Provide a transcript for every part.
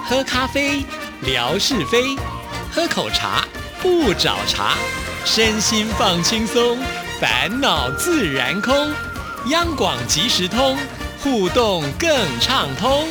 喝咖啡，聊是非；喝口茶，不找茬。身心放轻松，烦恼自然空。央广即时通，互动更畅通。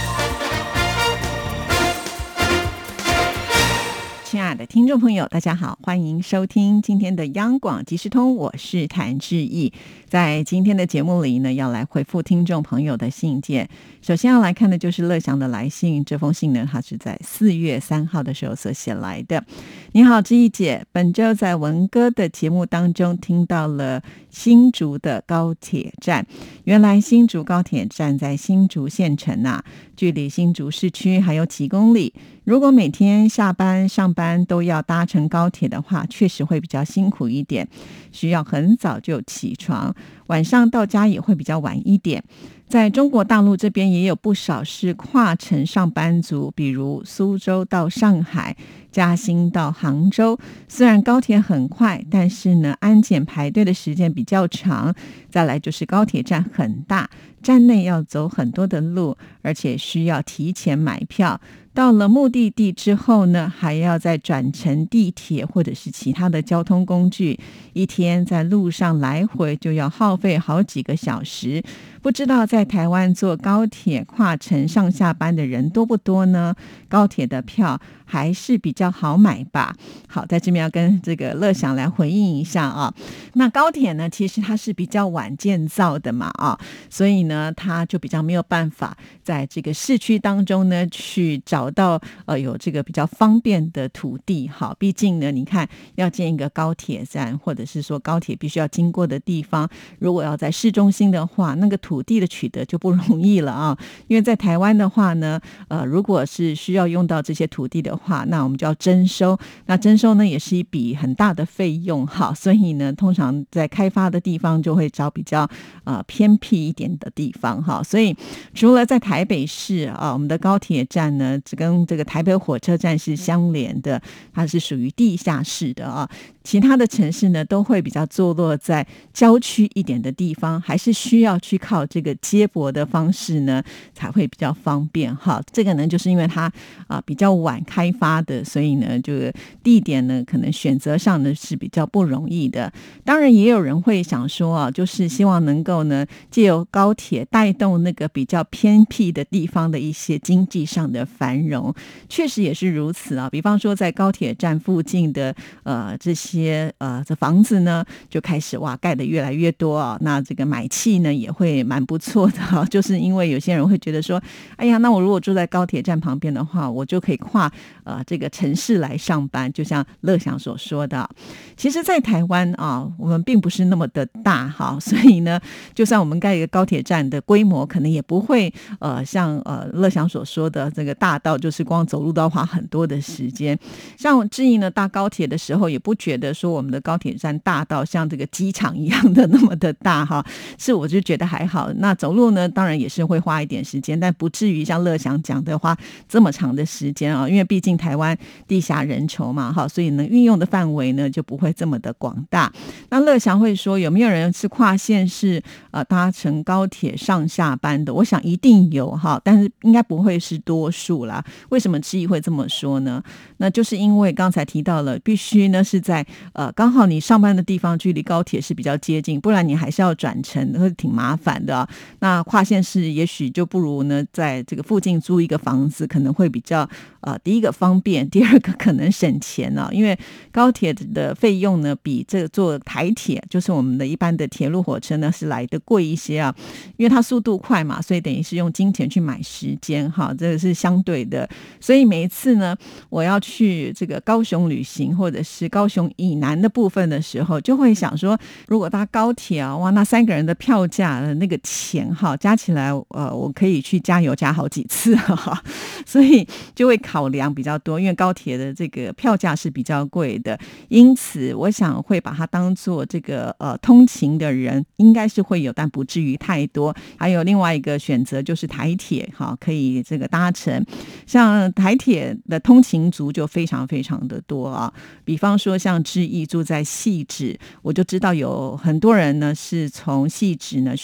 亲爱的听众朋友，大家好，欢迎收听今天的央广即时通，我是谭志毅。在今天的节目里呢，要来回复听众朋友的信件。首先要来看的就是乐祥的来信，这封信呢，它是在4月3号的时候所写来的。你好，志毅姐，本周在文哥的节目当中听到了新竹的高铁站。原来新竹高铁站在新竹县城啊，距离新竹市区还有几公里。如果每天下班上班都要搭乘高铁的话，确实会比较辛苦一点，需要很早就起床，晚上到家也会比较晚一点。在中国大陆这边也有不少是跨城上班族，比如苏州到上海，嘉兴到杭州。虽然高铁很快，但是呢，安检排队的时间比较长。再来就是高铁站很大，站内要走很多的路，而且需要提前买票。到了目的地之后呢，还要再转乘地铁或者是其他的交通工具，一天在路上来回就要耗费好几个小时。不知道在台湾坐高铁跨城上下班的人多不多呢？高铁的票还是比较好买吧。好，在这边要跟这个乐享来回应一下啊。那高铁呢，其实它是比较晚建造的嘛啊，所以呢，它就比较没有办法在这个市区当中呢去找到有这个比较方便的土地。好，毕竟呢，你看要建一个高铁站，或者是说高铁必须要经过的地方，如果要在市中心的话，那个土地的取得就不容易了啊。因为在台湾的话呢，如果是需要用到这些土地的话，那我们就要征收。那征收呢，也是一笔很大的费用。好，所以呢，通常在开发的地方就会找比较偏僻一点的地方。哈，所以除了在台北市啊，我们的高铁站呢，跟这个台北火车站是相连的，它是属于地下室的啊。其他的城市呢，都会比较坐落在郊区一点的地方，还是需要去靠这个接驳的方式呢，才会比较方便。哈，这个呢，就是因为它比较晚开发的，所以呢，这个地点呢，可能选择上呢是比较不容易的。当然，也有人会想说啊，就是希望能够呢，借由高铁带动那个比较偏僻的地方的一些经济上的繁荣，确实也是如此啊。比方说，在高铁站附近的这些这房子呢，就开始盖得越来越多啊。那这个买气呢也会蛮不错的啊，就是因为有些人会觉得说，哎呀，那我如果住在高铁站旁边的话，我就可以跨这个城市来上班，就像乐享所说的。其实，在台湾啊，我们并不是那么的大哈，所以呢，就算我们盖一个高铁站的规模，可能也不会像乐享所说的这个大到就是光走路都要花很多的时间。像我志毅呢搭高铁的时候，也不觉得说我们的高铁站大到像这个机场一样的那么的大哈，是我就觉得还好。那走路呢，当然也是会花一点时间，但不至于像乐享讲的花这么长的时间啊，因为毕竟台湾地狭人稠嘛哈，所以呢运用的范围呢就不会这么的广大。那乐享会说有没有人是跨县市搭乘高铁上下班的？我想一定有哈，但是应该不会是多数啦。为什么志毅会这么说呢？那就是因为刚才提到了，必须呢是在刚好你上班的地方距离高铁是比较接近，不然你还是要转乘，会挺麻烦的啊。那跨县市也许就不如呢在这个附近租一个房子，可能会比较第一个方便，第二个可能省钱啊。因为高铁的费用呢比这个坐台铁，就是我们的一般的铁路火车呢是来得贵一些啊，因为它速度快嘛，所以等于是用金钱去买时间哈，这个是相对的。所以每一次呢，我要去这个高雄旅行，或者是高雄以南的部分的时候，就会想说，如果搭高铁啊，哇，那3个人的票价的那个钱哈，加起来我可以去加油加好几次哈，所以就会考量比较多，因为高铁的这个票价是比较贵的，因此我想会把它当做这个通勤的人应该是会有，但不至于太多。还有另外一个选择就是台铁哈，可以这个搭乘，像台铁的通勤族就非常非常的多啊。比方说像志毅住在汐止，我就知道有很多人呢是从汐止呢去台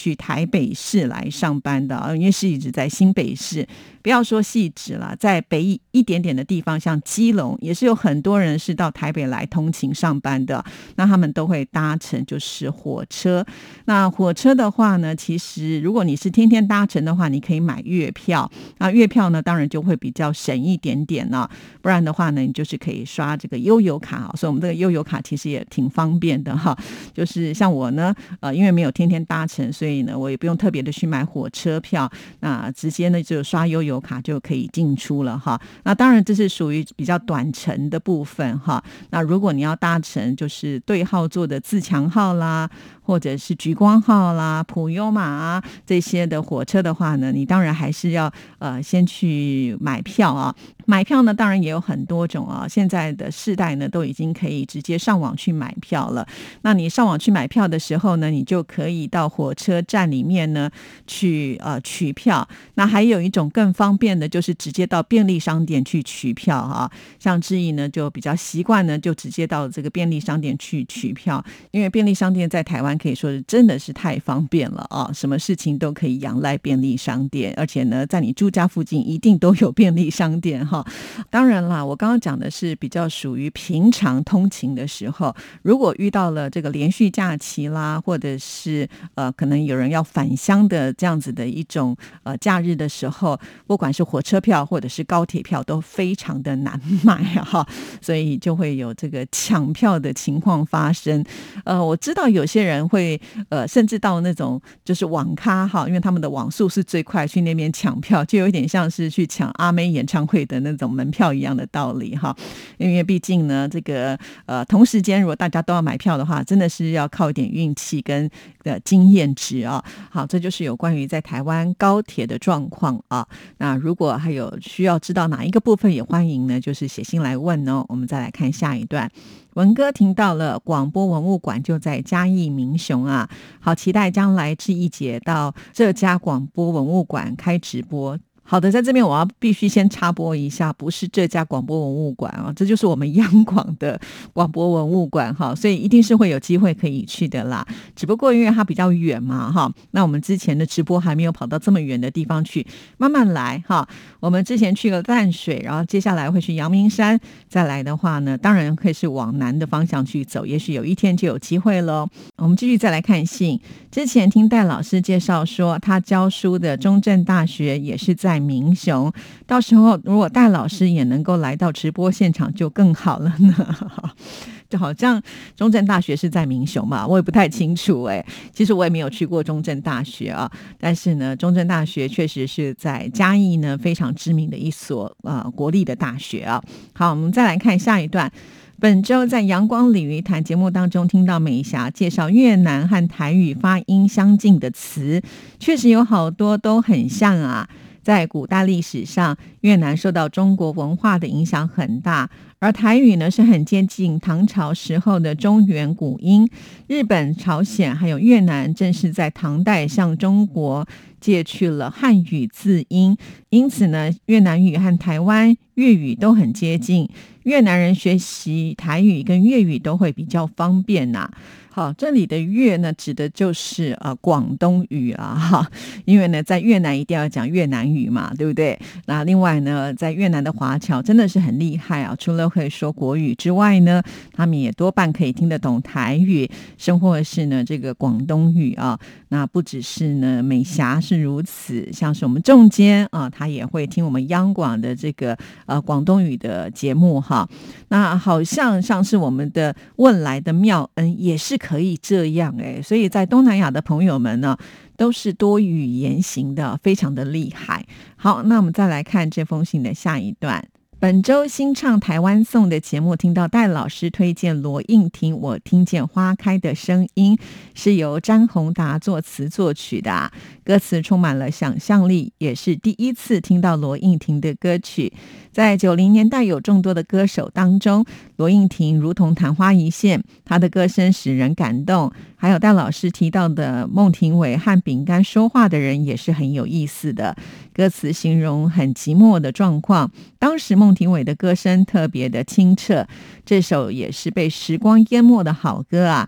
台北市来上班的因为汐止在新北市，不要说汐止了，在北一点点的地方，像基隆也是有很多人是到台北来通勤上班的，那他们都会搭乘就是火车。那火车的话呢，其实如果你是天天搭乘的话，你可以买月票，那月票呢当然就会比较省一点点了，不然的话呢你就是可以刷这个悠游卡，所以我们这个悠游卡其实也挺方便的哈。就是像我呢因为没有天天搭乘，所以呢我也不用特别的去买火车票，那直接呢就刷悠游卡就可以进出了哈。那当然这是属于比较短程的部分哈。那如果你要搭乘就是对号座的自强号啦，或者是莒光号啦、普悠玛这些的火车的话呢，你当然还是要先去买票啊。买票呢当然也有很多种现在的世代呢都已经可以直接上网去买票了。那你上网去买票的时候呢，你就可以到火车站里面呢去取票。那还有一种更方便的就是直接到便利商店去取票像志毅呢就比较习惯呢就直接到这个便利商店去取票，因为便利商店在台湾可以说是真的是太方便了什么事情都可以仰赖便利商店，而且呢在你住家附近一定都有便利商店当然啦，我刚刚讲的是比较属于平常通勤的时候，如果遇到了这个连续假期啦，或者是可能有人要返乡的这样子的一种假日的时候，不管是火车票或者是高铁票都非常的难买所以就会有这个抢票的情况发生。我知道有些人会甚至到那种就是网咖因为他们的网速是最快，去那边抢票就有点像是去抢阿妹演唱会的那种门票一样的道理因为毕竟呢这个同时间如果大家都要买票的话，真的是要靠一点运气跟经验值好，这就是有关于在台湾高铁的状况那如果还有需要知道哪一个部分，也欢迎呢就是写信来问我们再来看下一段。文哥听到了广播文物馆就在嘉义民雄好期待将来志毅姐到这家广播文物馆开直播。好的，在这边我要必须先插播一下，不是这家广播文物馆这就是我们央广的广播文物馆所以一定是会有机会可以去的啦。只不过因为它比较远嘛那我们之前的直播还没有跑到这么远的地方去，慢慢来我们之前去了淡水，然后接下来会去阳明山，再来的话呢当然可以是往南的方向去走，也许有一天就有机会咯。我们继续再来看信。之前听戴老师介绍说他教书的中正大学也是在民雄，到时候如果戴老师也能够来到直播现场就更好了呢就好像中正大学是在民雄嘛，我也不太清楚其实我也没有去过中正大学但是呢中正大学确实是在嘉义呢非常知名的一所国立的大学好，我们再来看下一段。本周在阳光鲤鱼潭节目当中听到美霞介绍越南和台语发音相近的词，确实有好多都很像在古代历史上，越南受到中国文化的影响很大，而台语呢是很接近唐朝时候的中原古音。日本、朝鲜还有越南正是在唐代向中国借去了汉语字音，因此呢越南语和台湾粤语都很接近，越南人学习台语跟粤语都会比较方便好，这里的粤呢指的就是广东语因为呢在越南一定要讲越南语嘛，对不对？那另外呢在越南的华侨真的是很厉害除了可以说国语之外呢，他们也多半可以听得懂台语，甚或是呢这个广东语那不只是呢美霞是如此，像是我们仲坚他也会听我们央广的这个广东语的节目那好像是我们的汶莱的妙恩也是可以这样所以在东南亚的朋友们呢都是多语言型的，非常的厉害。好，那我们再来看这封信的下一段。本周新唱台湾颂的节目，听到戴老师推荐罗应婷我听见花开的声音，是由詹宏达作词作曲的歌词充满了想象力，也是第一次听到罗应婷的歌曲。在90年代有众多的歌手当中，罗应婷如同昙花一现，她的歌声使人感动。还有戴老师提到的孟庭苇和饼干说话的人也是很有意思的，歌词形容很寂寞的状况。当时孟庭苇的歌声特别的清澈，这首也是被时光淹没的好歌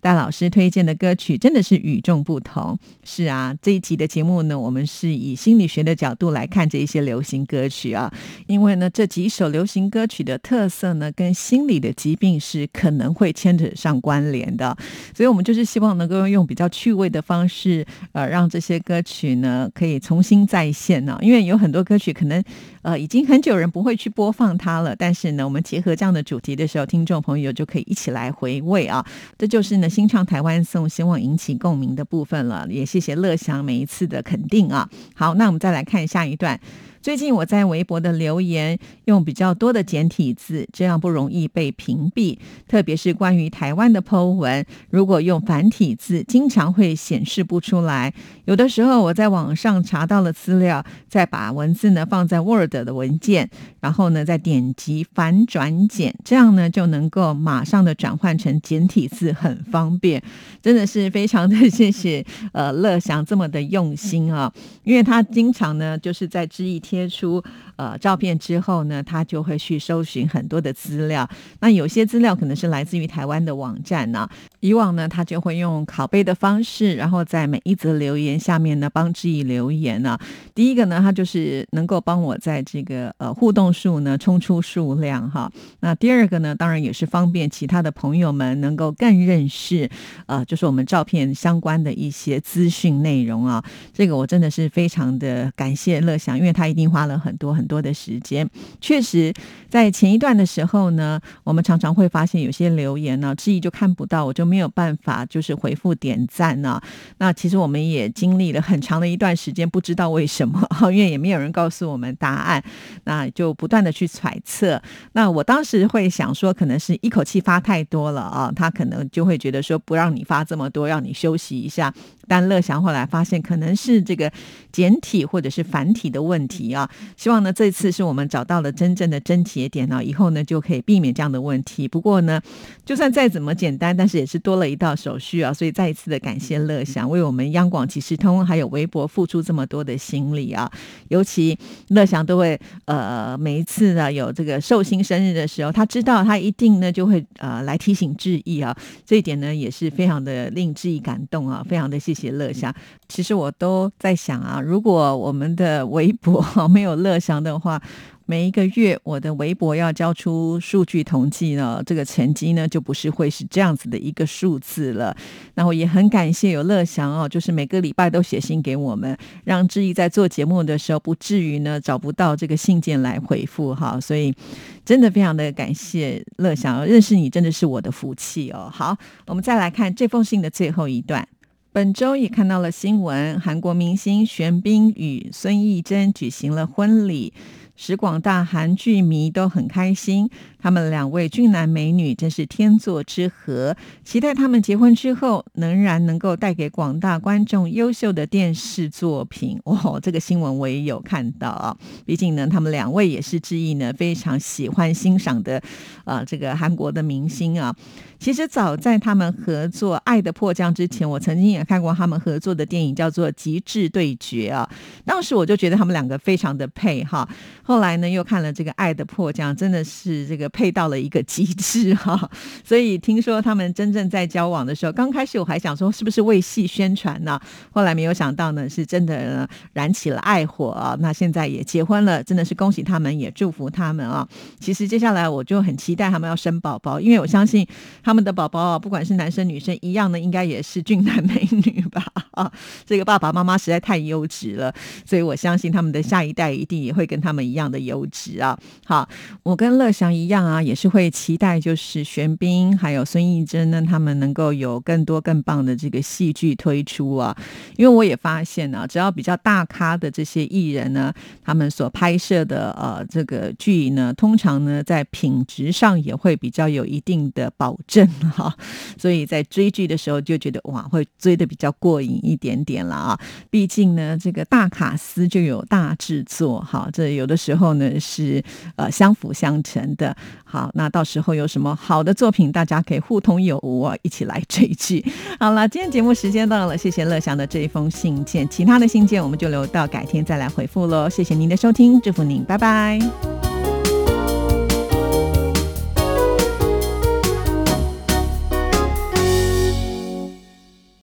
戴老师推荐的歌曲真的是与众不同。是啊，这一集的节目呢，我们是以心理学的角度来看这一些流行歌曲啊，因为呢这几首流行歌曲的特色呢跟心理的疾病是可能会牵扯上关联的，所以我们就是希望能够用比较趣味的方式让这些歌曲呢可以重新再现啊，因为有很多歌曲可能已经很久人不会去播放它了，但是呢我们结合这样的主题的时候，听众朋友就可以一起来回味啊，这就是呢新创台湾颂希望引起共鸣的部分了，也谢谢乐祥每一次的肯定啊。好，那我们再来看下一段。最近我在微博的留言用比较多的简体字，这样不容易被屏蔽，特别是关于台湾的 po 文，如果用繁体字经常会显示不出来，有的时候我在网上查到了资料，再把文字呢放在 Word 的文件，然后呢再点击繁转简，这样呢就能够马上的转换成简体字，很方便。真的是非常的谢谢乐祥这么的用心啊，因为他经常呢就是在知意贴出照片之后呢，他就会去搜寻很多的资料，那有些资料可能是来自于台湾的网站啊，以往呢他就会用拷贝的方式，然后在每一则留言下面呢帮知意留言啊。第一个呢他就是能够帮我在这个互动数呢冲出数量哈，那第二个呢当然也是方便其他的朋友们能够更认识就是我们照片相关的一些资讯内容啊，这个我真的是非常的感谢乐祥，因为他一定花了很多很多的时间。确实在前一段的时候呢，我们常常会发现有些留言呢知意就看不到，我就没有办法就是回复点赞啊。那其实我们也经历了很长的一段时间，不知道为什么，因为也没有人告诉我们答案，那就不断的去揣测。那我当时会想说可能是一口气发太多了啊，他可能就会觉得说不让你发这么多，让你休息一下，但乐祥后来发现可能是这个简体或者是繁体的问题啊，希望呢这次是我们找到了真正的症结点啊，以后呢就可以避免这样的问题。不过呢就算再怎么简单，但是也是多了一道手续啊，所以再一次的感谢乐祥为我们央广即时通还有微博付出这么多的心力啊，尤其乐祥都会每一次呢有这个寿星生日的时候，他知道他一定呢就会来提醒致意啊，这一点呢也是非常的令致意感动啊，非常的谢谢乐祥。其实我都在想啊，如果我们的微博没有乐祥的话，每一个月我的微博要交出数据统计呢，这个成绩呢就不是会是这样子的一个数字了。那我也很感谢有乐祥哦，就是每个礼拜都写信给我们，让致意在做节目的时候不至于呢找不到这个信件来回复哈，所以真的非常的感谢乐祥，认识你真的是我的福气哦。好，我们再来看这封信的最后一段。本周也看到了新闻，韩国明星玄彬与孙艺珍举行了婚礼，使广大韩剧迷都很开心，他们两位俊男美女真是天作之合，期待他们结婚之后仍然能够带给广大观众优秀的电视作品。这个新闻我也有看到啊，毕竟呢他们两位也是致意呢非常喜欢欣赏的这个韩国的明星啊。其实早在他们合作《爱的迫降》之前，我曾经也看过他们合作的电影叫做《极致对决》啊，当时我就觉得他们两个非常的配哈。后来呢又看了这个《爱的迫降》，真的是这个配到了一个极致哈。所以听说他们真正在交往的时候，刚开始我还想说是不是为戏宣传呢，后来没有想到呢是真的燃起了爱火啊。那现在也结婚了，真的是恭喜他们，也祝福他们啊。其实接下来我就很期待他们要生宝宝，因为我相信他们的宝宝啊，不管是男生女生一样的，应该也是俊男美女吧这个爸爸妈妈实在太优质了，所以我相信他们的下一代一定也会跟他们一样的优质啊。好，我跟乐祥一样啊，也是会期待就是玄彬还有孙艺珍呢，他们能够有更多更棒的这个戏剧推出啊。因为我也发现啊，只要比较大咖的这些艺人呢，他们所拍摄的这个剧呢，通常呢在品质上也会比较有一定的保证哈，所以在追剧的时候就觉得哇，会追得比较过瘾一点点了啊。毕竟呢这个大卡司就有大制作哈，这有的时候呢是相辅相成的。好，那到时候有什么好的作品，大家可以互通有无啊，一起来追剧。好了，今天节目时间到了，谢谢乐祥的这一封信件，其他的信件我们就留到改天再来回复咯。谢谢您的收听，祝福您，拜拜。